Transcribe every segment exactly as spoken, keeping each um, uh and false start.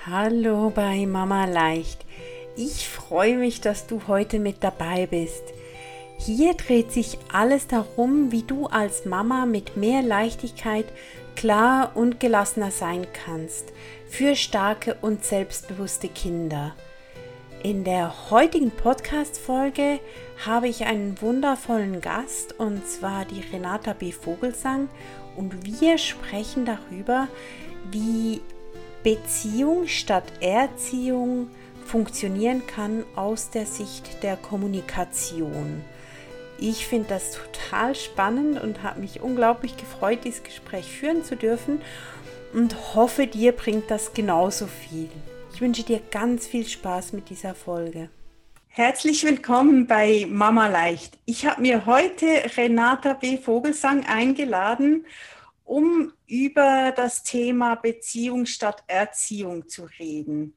Hallo bei Mama Leicht. Ich freue mich, dass du heute mit dabei bist. Hier dreht sich alles darum, wie du als Mama mit mehr Leichtigkeit klar und gelassener sein kannst für starke und selbstbewusste Kinder. In der heutigen Podcast-Folge habe ich einen wundervollen Gast, und zwar die Renata B. Vogelsang, und wir sprechen darüber, wie Beziehung statt Erziehung funktionieren kann aus der Sicht der Kommunikation. Ich finde das total spannend und habe mich unglaublich gefreut, dieses Gespräch führen zu dürfen und hoffe, dir bringt das genauso viel. Ich wünsche dir ganz viel Spaß mit dieser Folge. Herzlich willkommen bei Mama Leicht. Ich habe mir heute Renata B. Vogelsang eingeladen, um über das Thema Beziehung statt Erziehung zu reden.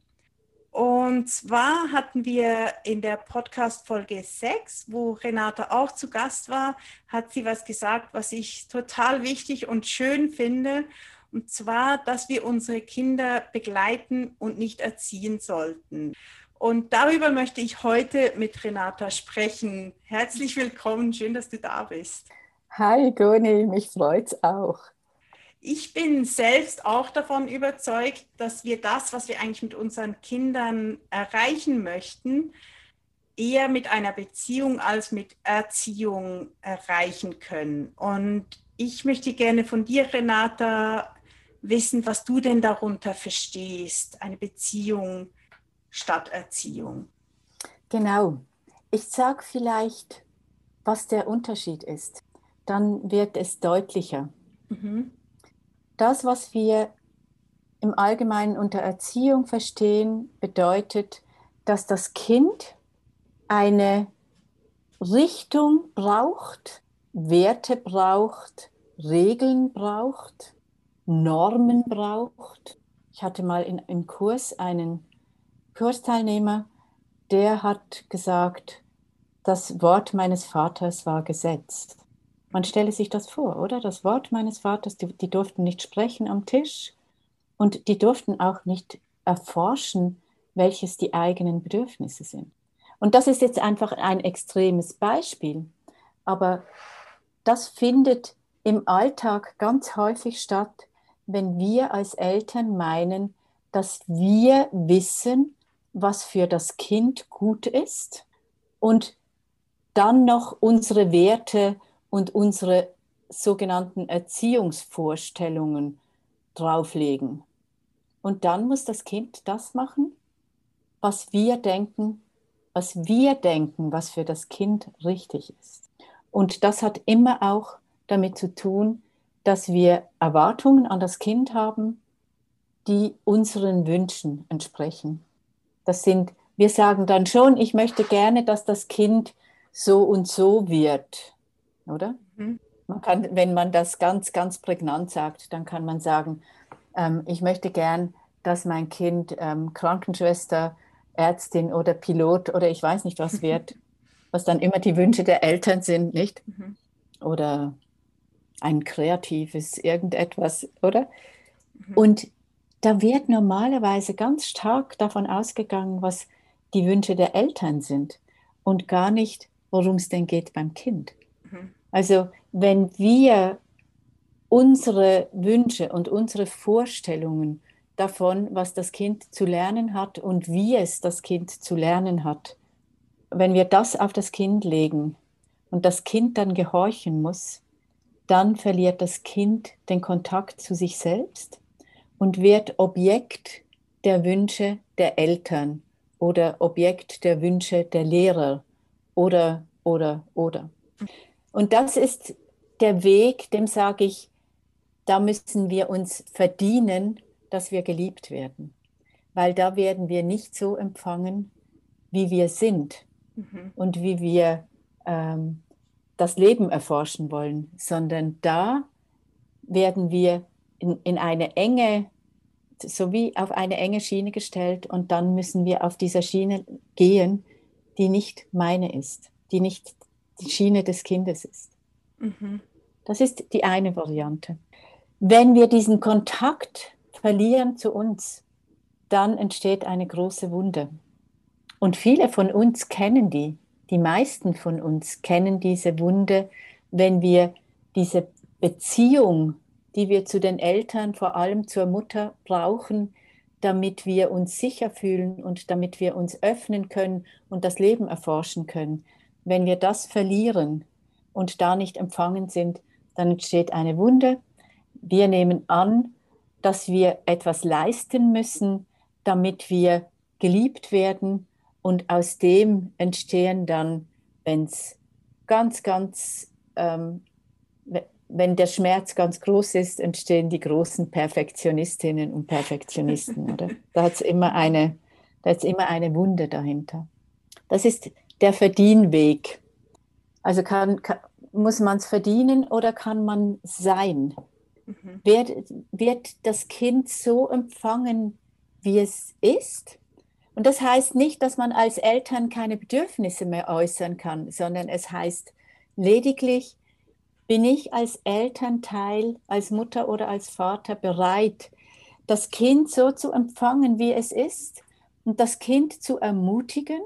Und zwar hatten wir in der Podcast-Folge sechs, wo Renata auch zu Gast war, hat sie was gesagt, was ich total wichtig und schön finde. Und zwar, dass wir unsere Kinder begleiten und nicht erziehen sollten. Und darüber möchte ich heute mit Renata sprechen. Herzlich willkommen, schön, dass du da bist. Hi Goni, mich freut's auch. Ich bin selbst auch davon überzeugt, dass wir das, was wir eigentlich mit unseren Kindern erreichen möchten, eher mit einer Beziehung als mit Erziehung erreichen können. Und ich möchte gerne von dir, Renata, wissen, was du denn darunter verstehst, eine Beziehung statt Erziehung. Genau, ich sage vielleicht, was der Unterschied ist. Dann wird es deutlicher. Mhm. Das, was wir im Allgemeinen unter Erziehung verstehen, bedeutet, dass das Kind eine Richtung braucht, Werte braucht, Regeln braucht, Normen braucht. Ich hatte mal in, im Kurs einen Kursteilnehmer, der hat gesagt, das Wort meines Vaters war Gesetz. Man stelle sich das vor, oder? Das Wort meines Vaters, die, die durften nicht sprechen am Tisch und die durften auch nicht erforschen, welches die eigenen Bedürfnisse sind. Und das ist jetzt einfach ein extremes Beispiel, aber das findet im Alltag ganz häufig statt, wenn wir als Eltern meinen, dass wir wissen, was für das Kind gut ist und dann noch unsere Werte und unsere sogenannten Erziehungsvorstellungen drauflegen. Und dann muss das Kind das machen, was wir denken, was wir denken, was für das Kind richtig ist. Und das hat immer auch damit zu tun, dass wir Erwartungen an das Kind haben, die unseren Wünschen entsprechen. Das sind, wir sagen dann schon, ich möchte gerne, dass das Kind so und so wird, oder? Mhm. Man kann, wenn man das ganz, ganz prägnant sagt, dann kann man sagen, ähm, ich möchte gern, dass mein Kind ähm, Krankenschwester, Ärztin oder Pilot oder ich weiß nicht was wird, was dann immer die Wünsche der Eltern sind, nicht? Mhm. Oder ein kreatives irgendetwas, oder? Mhm. Und da wird normalerweise ganz stark davon ausgegangen, was die Wünsche der Eltern sind und gar nicht, worum es denn geht beim Kind. Mhm. Also wenn wir unsere Wünsche und unsere Vorstellungen davon, was das Kind zu lernen hat und wie es das Kind zu lernen hat, wenn wir das auf das Kind legen und das Kind dann gehorchen muss, dann verliert das Kind den Kontakt zu sich selbst und wird Objekt der Wünsche der Eltern oder Objekt der Wünsche der Lehrer oder, oder, oder. Und das ist der Weg, dem sage ich, da müssen wir uns verdienen, dass wir geliebt werden. Weil da werden wir nicht so empfangen, wie wir sind Mhm. und wie wir ähm, das Leben erforschen wollen, sondern da werden wir in, in eine enge, sowie auf eine enge Schiene gestellt und dann müssen wir auf dieser Schiene gehen, die nicht meine ist, die nicht die Schiene des Kindes ist. Mhm. Das ist die eine Variante. Wenn wir diesen Kontakt verlieren zu uns, dann entsteht eine große Wunde. Und viele von uns kennen die. Die meisten von uns kennen diese Wunde, wenn wir diese Beziehung, die wir zu den Eltern, vor allem zur Mutter, brauchen, damit wir uns sicher fühlen und damit wir uns öffnen können und das Leben erforschen können. Wenn wir das verlieren und da nicht empfangen sind, dann entsteht eine Wunde. Wir nehmen an, dass wir etwas leisten müssen, damit wir geliebt werden. Und aus dem entstehen dann, wenn es ganz, ganz, ähm, wenn der Schmerz ganz groß ist, entstehen die großen Perfektionistinnen und Perfektionisten, oder? Da hat es immer eine, da hat's immer eine Wunde dahinter. Das ist der Verdienweg. Also kann, kann, muss man es verdienen oder kann man sein? Mhm. Wird, wird das Kind so empfangen, wie es ist? Und das heißt nicht, dass man als Eltern keine Bedürfnisse mehr äußern kann, sondern es heißt lediglich, bin ich als Elternteil, als Mutter oder als Vater bereit, das Kind so zu empfangen, wie es ist und das Kind zu ermutigen,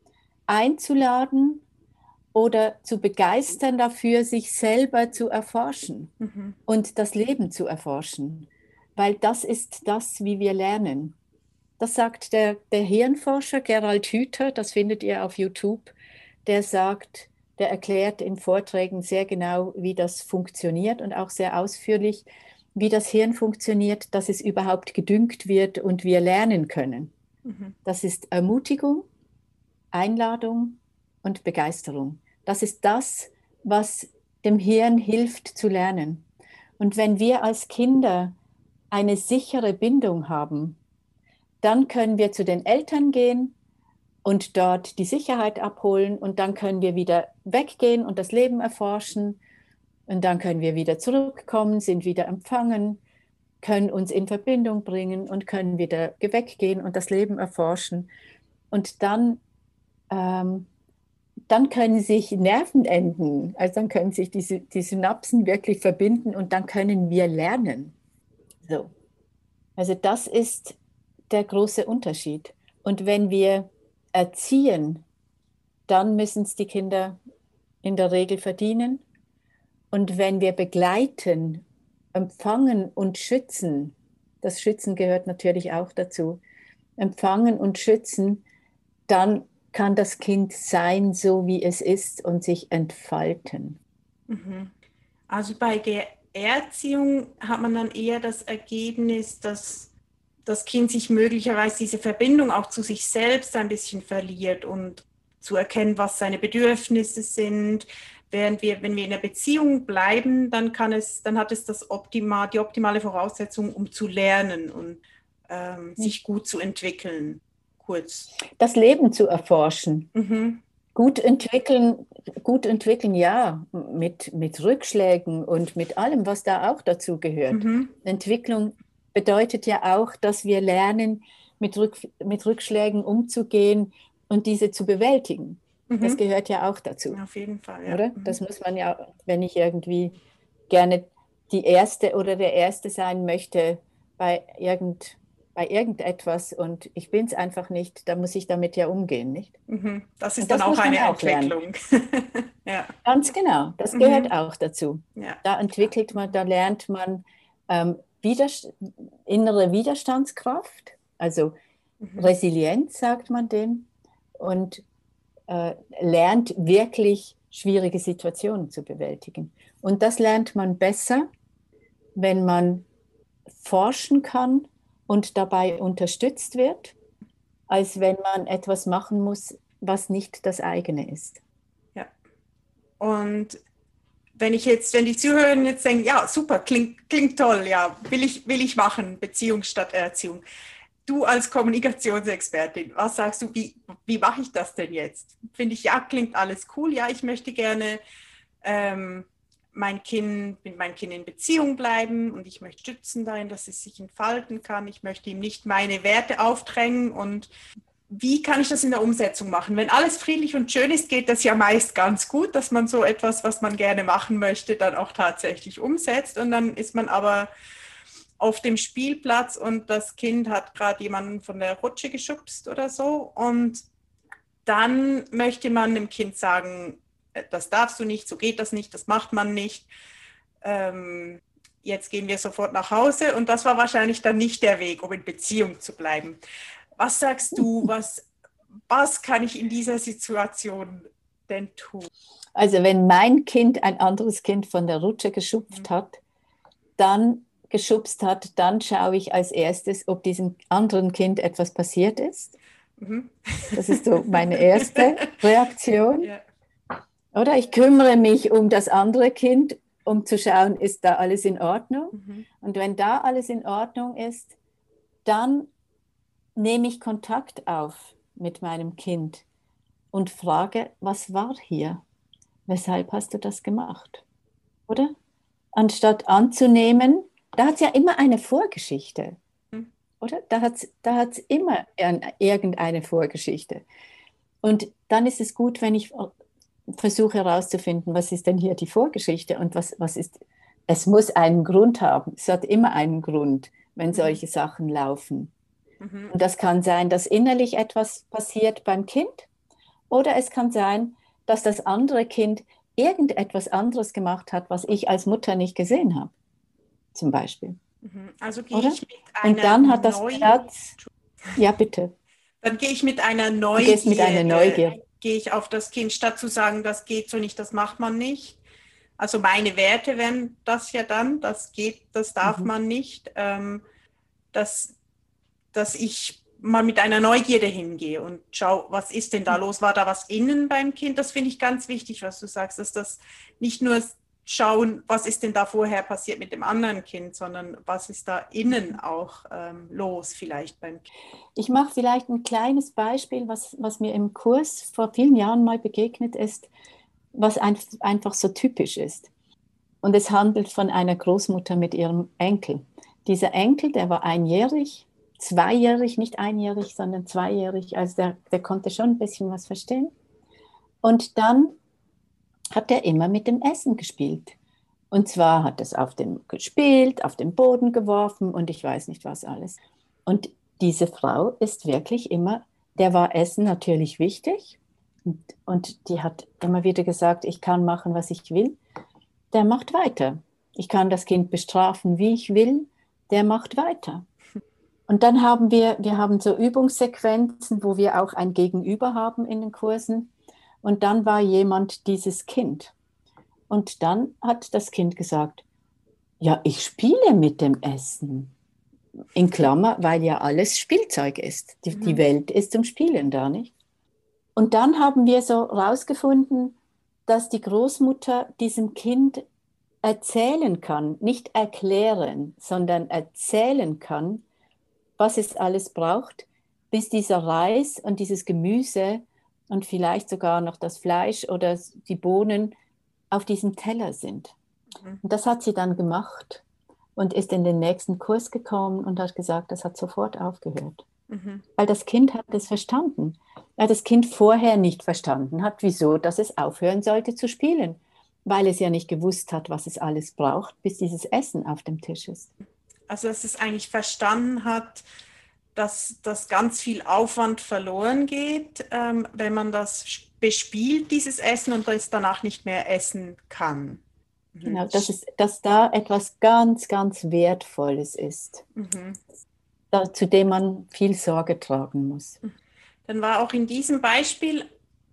einzuladen oder zu begeistern dafür, sich selber zu erforschen mhm. und das Leben zu erforschen, weil das ist das, wie wir lernen. Das sagt der, der Hirnforscher Gerald Hüther, das findet ihr auf YouTube, der sagt, der erklärt in Vorträgen sehr genau, wie das funktioniert und auch sehr ausführlich, wie das Hirn funktioniert, dass es überhaupt gedüngt wird und wir lernen können. Mhm. Das ist Ermutigung, Einladung und Begeisterung. Das ist das, was dem Hirn hilft zu lernen. Und wenn wir als Kinder eine sichere Bindung haben, dann können wir zu den Eltern gehen und dort die Sicherheit abholen und dann können wir wieder weggehen und das Leben erforschen und dann können wir wieder zurückkommen, sind wieder empfangen, können uns in Verbindung bringen und können wieder weggehen und das Leben erforschen. Und dann, ähm, dann können sich Nervenenden, also dann können sich die, die Synapsen wirklich verbinden und dann können wir lernen. So. Also das ist der große Unterschied. Und wenn wir erziehen, dann müssen es die Kinder in der Regel verdienen. Und wenn wir begleiten, empfangen und schützen, das Schützen gehört natürlich auch dazu, empfangen und schützen, dann kann das Kind sein, so wie es ist und sich entfalten. Also bei der Erziehung hat man dann eher das Ergebnis, dass das Kind sich möglicherweise diese Verbindung auch zu sich selbst ein bisschen verliert und zu erkennen, was seine Bedürfnisse sind. Während wir, wenn wir in einer Beziehung bleiben, dann kann es, dann hat es das optimal, die optimale Voraussetzung, um zu lernen und ähm, sich gut zu entwickeln. Kurz. Das Leben zu erforschen. Mhm. Gut entwickeln, gut entwickeln, ja, mit, mit Rückschlägen und mit allem, was da auch dazu gehört. Mhm. Entwicklung bedeutet ja auch, dass wir lernen, mit, Rück, mit Rückschlägen umzugehen und diese zu bewältigen. Mhm. Das gehört ja auch dazu. Auf jeden Fall, ja. Oder? Mhm. Das muss man ja, wenn ich irgendwie gerne die Erste oder der Erste sein möchte bei, irgend, bei irgendetwas und ich bin es einfach nicht, dann muss ich damit ja umgehen, nicht? Mhm. Das ist das dann auch eine auch Entwicklung. Ja. Ganz genau, das gehört mhm. auch dazu. Ja. Da entwickelt man, da lernt man ähm, Widerst- innere Widerstandskraft, also mhm. Resilienz sagt man dem, und äh, lernt wirklich schwierige Situationen zu bewältigen. Und das lernt man besser, wenn man forschen kann und dabei unterstützt wird, als wenn man etwas machen muss, was nicht das eigene ist. Ja. Und wenn ich jetzt, wenn die Zuhörer jetzt denken, ja, super, klingt, klingt toll, ja, will ich, will ich machen, Beziehung statt Erziehung. Du als Kommunikationsexpertin, was sagst du, wie, wie mache ich das denn jetzt? Finde ich, ja, klingt alles cool, ja, ich möchte gerne ähm, mein Kind, mit meinem Kind in Beziehung bleiben und ich möchte stützen darin, dass es sich entfalten kann. Ich möchte ihm nicht meine Werte aufdrängen und wie kann ich das in der Umsetzung machen? Wenn alles friedlich und schön ist, geht das ja meist ganz gut, dass man so etwas, was man gerne machen möchte, dann auch tatsächlich umsetzt und dann ist man aber auf dem Spielplatz und das Kind hat gerade jemanden von der Rutsche geschubst oder so. Und dann möchte man dem Kind sagen, das darfst du nicht, so geht das nicht, das macht man nicht. Ähm, jetzt gehen wir sofort nach Hause. Und das war wahrscheinlich dann nicht der Weg, um in Beziehung zu bleiben. Was sagst du, was, was kann ich in dieser Situation denn tun? Also wenn mein Kind ein anderes Kind von der Rutsche geschubst Mhm. hat, dann geschubst hat, dann schaue ich als erstes, ob diesem anderen Kind etwas passiert ist. Mhm. Das ist so meine erste Reaktion. Ja. Oder ich kümmere mich um das andere Kind, um zu schauen, ist da alles in Ordnung? Mhm. Und wenn da alles in Ordnung ist, dann nehme ich Kontakt auf mit meinem Kind und frage, was war hier? Weshalb hast du das gemacht? Oder? Anstatt anzunehmen, da hat es ja immer eine Vorgeschichte. Mhm. Oder? Da hat es da hat's immer irgendeine Vorgeschichte. Und dann ist es gut, wenn ich versuche herauszufinden, was ist denn hier die Vorgeschichte und was, was ist, es muss einen Grund haben. Es hat immer einen Grund, wenn Mhm. solche Sachen laufen. Mhm. Und das kann sein, dass innerlich etwas passiert beim Kind, oder es kann sein, dass das andere Kind irgendetwas anderes gemacht hat, was ich als Mutter nicht gesehen habe, zum Beispiel. Mhm. Also gehe Oder? ich mit Und einer dann hat das Neu Platz, ja bitte, dann gehe ich mit einer du gehst mit einer Neugierde, Neugier. gehe ich auf das Kind, statt zu sagen, das geht so nicht, das macht man nicht. Also meine Werte wären das ja dann, das geht, das darf Mhm. man nicht, ähm, dass, dass ich mal mit einer Neugierde hingehe und schaue, was ist denn da los? War da was innen beim Kind? Das finde ich ganz wichtig, was du sagst, dass das nicht nur schauen, was ist denn da vorher passiert mit dem anderen Kind, sondern was ist da innen auch ähm, los vielleicht beim Kind. Ich mache vielleicht ein kleines Beispiel, was, was mir im Kurs vor vielen Jahren mal begegnet ist, was ein, einfach so typisch ist. Und es handelt von einer Großmutter mit ihrem Enkel. Dieser Enkel, der war einjährig, zweijährig, nicht einjährig, sondern zweijährig, also der, der konnte schon ein bisschen was verstehen. Und dann hat er immer mit dem Essen gespielt. Und zwar hat es auf dem gespielt, auf den Boden geworfen und ich weiß nicht was alles. Und diese Frau ist wirklich immer, der war Essen natürlich wichtig und, und die hat immer wieder gesagt, ich kann machen, was ich will. Der macht weiter. Ich kann das Kind bestrafen, wie ich will. Der macht weiter. Und dann haben wir, wir haben so Übungssequenzen, wo wir auch ein Gegenüber haben in den Kursen. Und dann war jemand dieses Kind. Und dann hat das Kind gesagt, ja, ich spiele mit dem Essen. In Klammer, weil ja alles Spielzeug ist. Die, Mhm. die Welt ist zum Spielen da, nicht? Und dann haben wir so rausgefunden, dass die Großmutter diesem Kind erzählen kann, nicht erklären, sondern erzählen kann, was es alles braucht, bis dieser Reis und dieses Gemüse und vielleicht sogar noch das Fleisch oder die Bohnen auf diesem Teller sind. Mhm. Und das hat sie dann gemacht und ist in den nächsten Kurs gekommen und hat gesagt, das hat sofort aufgehört. Mhm. Weil das Kind hat es verstanden. Weil das Kind vorher nicht verstanden hat, wieso, dass es aufhören sollte zu spielen. Weil es ja nicht gewusst hat, was es alles braucht, bis dieses Essen auf dem Tisch ist. Also dass es eigentlich verstanden hat, dass, dass ganz viel Aufwand verloren geht, ähm, wenn man das bespielt, dieses Essen, und es danach nicht mehr essen kann. Mhm. Genau, dass, es, dass da etwas ganz, ganz Wertvolles ist, Mhm. da, zu dem man viel Sorge tragen muss. Dann war auch in diesem Beispiel,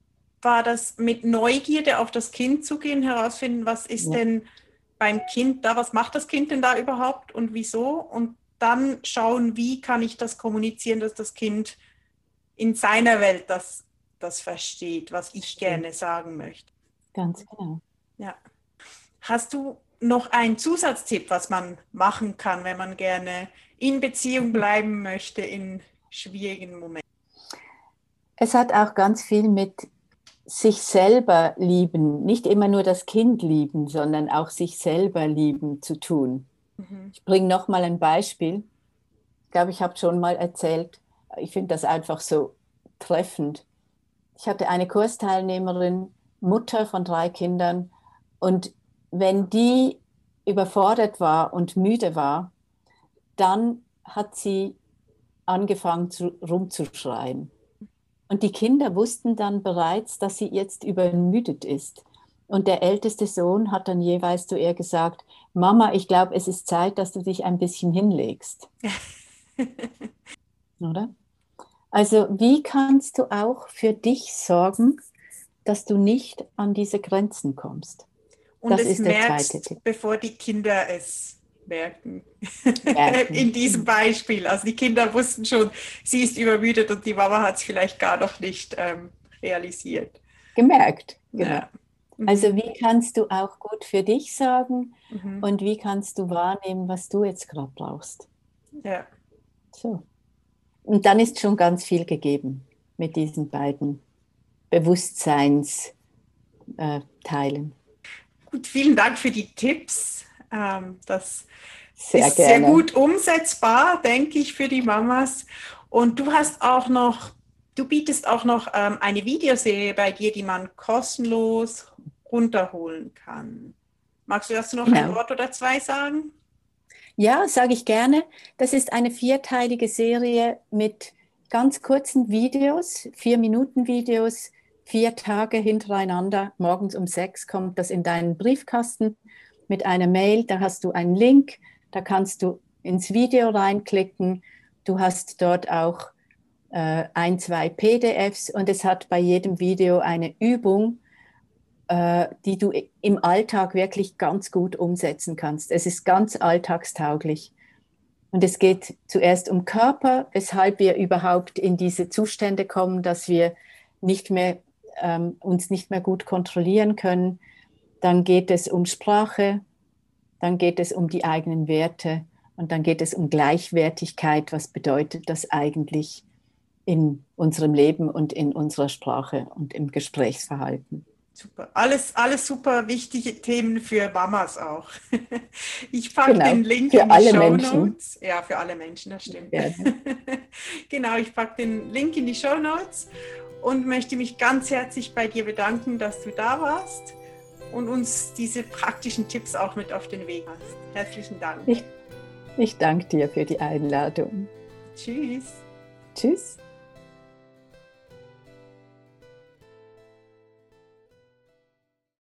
war das mit Neugierde auf das Kind zu gehen, herausfinden, was ist Ja. denn beim Kind da, was macht das Kind denn da überhaupt und wieso? Und dann schauen, wie kann ich das kommunizieren, dass das Kind in seiner Welt das, das versteht, was ich gerne sagen möchte. Ganz genau. Ja. Hast du noch einen Zusatztipp, was man machen kann, wenn man gerne in Beziehung bleiben möchte in schwierigen Momenten? Es hat auch ganz viel mit sich selber lieben, nicht immer nur das Kind lieben, sondern auch sich selber lieben zu tun. Mhm. Ich bringe noch mal ein Beispiel. Ich glaube, ich habe schon mal erzählt, ich finde das einfach so treffend. Ich hatte eine Kursteilnehmerin, Mutter von drei Kindern, und wenn die überfordert war und müde war, dann hat sie angefangen zu, rumzuschreien. Und die Kinder wussten dann bereits, dass sie jetzt übermüdet ist. Und der älteste Sohn hat dann jeweils zu ihr gesagt, Mama, ich glaube, es ist Zeit, dass du dich ein bisschen hinlegst. Oder? Also wie kannst du auch für dich sorgen, dass du nicht an diese Grenzen kommst? Und das es ist der merkst, zweite Tipp. Bevor die Kinder es merken. merken. In diesem Beispiel. Also die Kinder wussten schon, sie ist übermüdet und die Mama hat es vielleicht gar noch nicht ähm, realisiert. Gemerkt, genau. Ja. Mhm. Also wie kannst du auch gut für dich sorgen Mhm. und wie kannst du wahrnehmen, was du jetzt gerade brauchst? Ja. So. Und dann ist schon ganz viel gegeben mit diesen beiden Bewusstseinsteilen. Gut, vielen Dank für die Tipps. Ähm, das sehr ist gerne. sehr gut umsetzbar, denke ich, für die Mamas. Und du hast auch noch, du bietest auch noch ähm, eine Videoserie bei dir, die man kostenlos runterholen kann. Magst du dazu noch Genau. ein Wort oder zwei sagen? Ja, sage ich gerne. Das ist eine vierteilige Serie mit ganz kurzen Videos, vier Minuten Videos, vier Tage hintereinander. Morgens um sechs kommt das in deinen Briefkasten mit einer Mail. Da hast du einen Link, da kannst du ins Video reinklicken. Du hast dort auch äh, ein, zwei P D Fs und es hat bei jedem Video eine Übung, die du im Alltag wirklich ganz gut umsetzen kannst. Es ist ganz alltagstauglich. Und es geht zuerst um Körper, weshalb wir überhaupt in diese Zustände kommen, dass wir nicht mehr, ähm, uns nicht mehr gut kontrollieren können. Dann geht es um Sprache, dann geht es um die eigenen Werte und dann geht es um Gleichwertigkeit. Was bedeutet das eigentlich in unserem Leben und in unserer Sprache und im Gesprächsverhalten? Super. Alles, alles super wichtige Themen für Mamas auch. Ich packe genau. den Link für in die alle Shownotes. Ja, für alle Menschen, das stimmt. Ja. Genau, ich packe den Link in die Shownotes und möchte mich ganz herzlich bei dir bedanken, dass du da warst und uns diese praktischen Tipps auch mit auf den Weg hast. Herzlichen Dank. Ich, ich danke dir für die Einladung. Tschüss. Tschüss.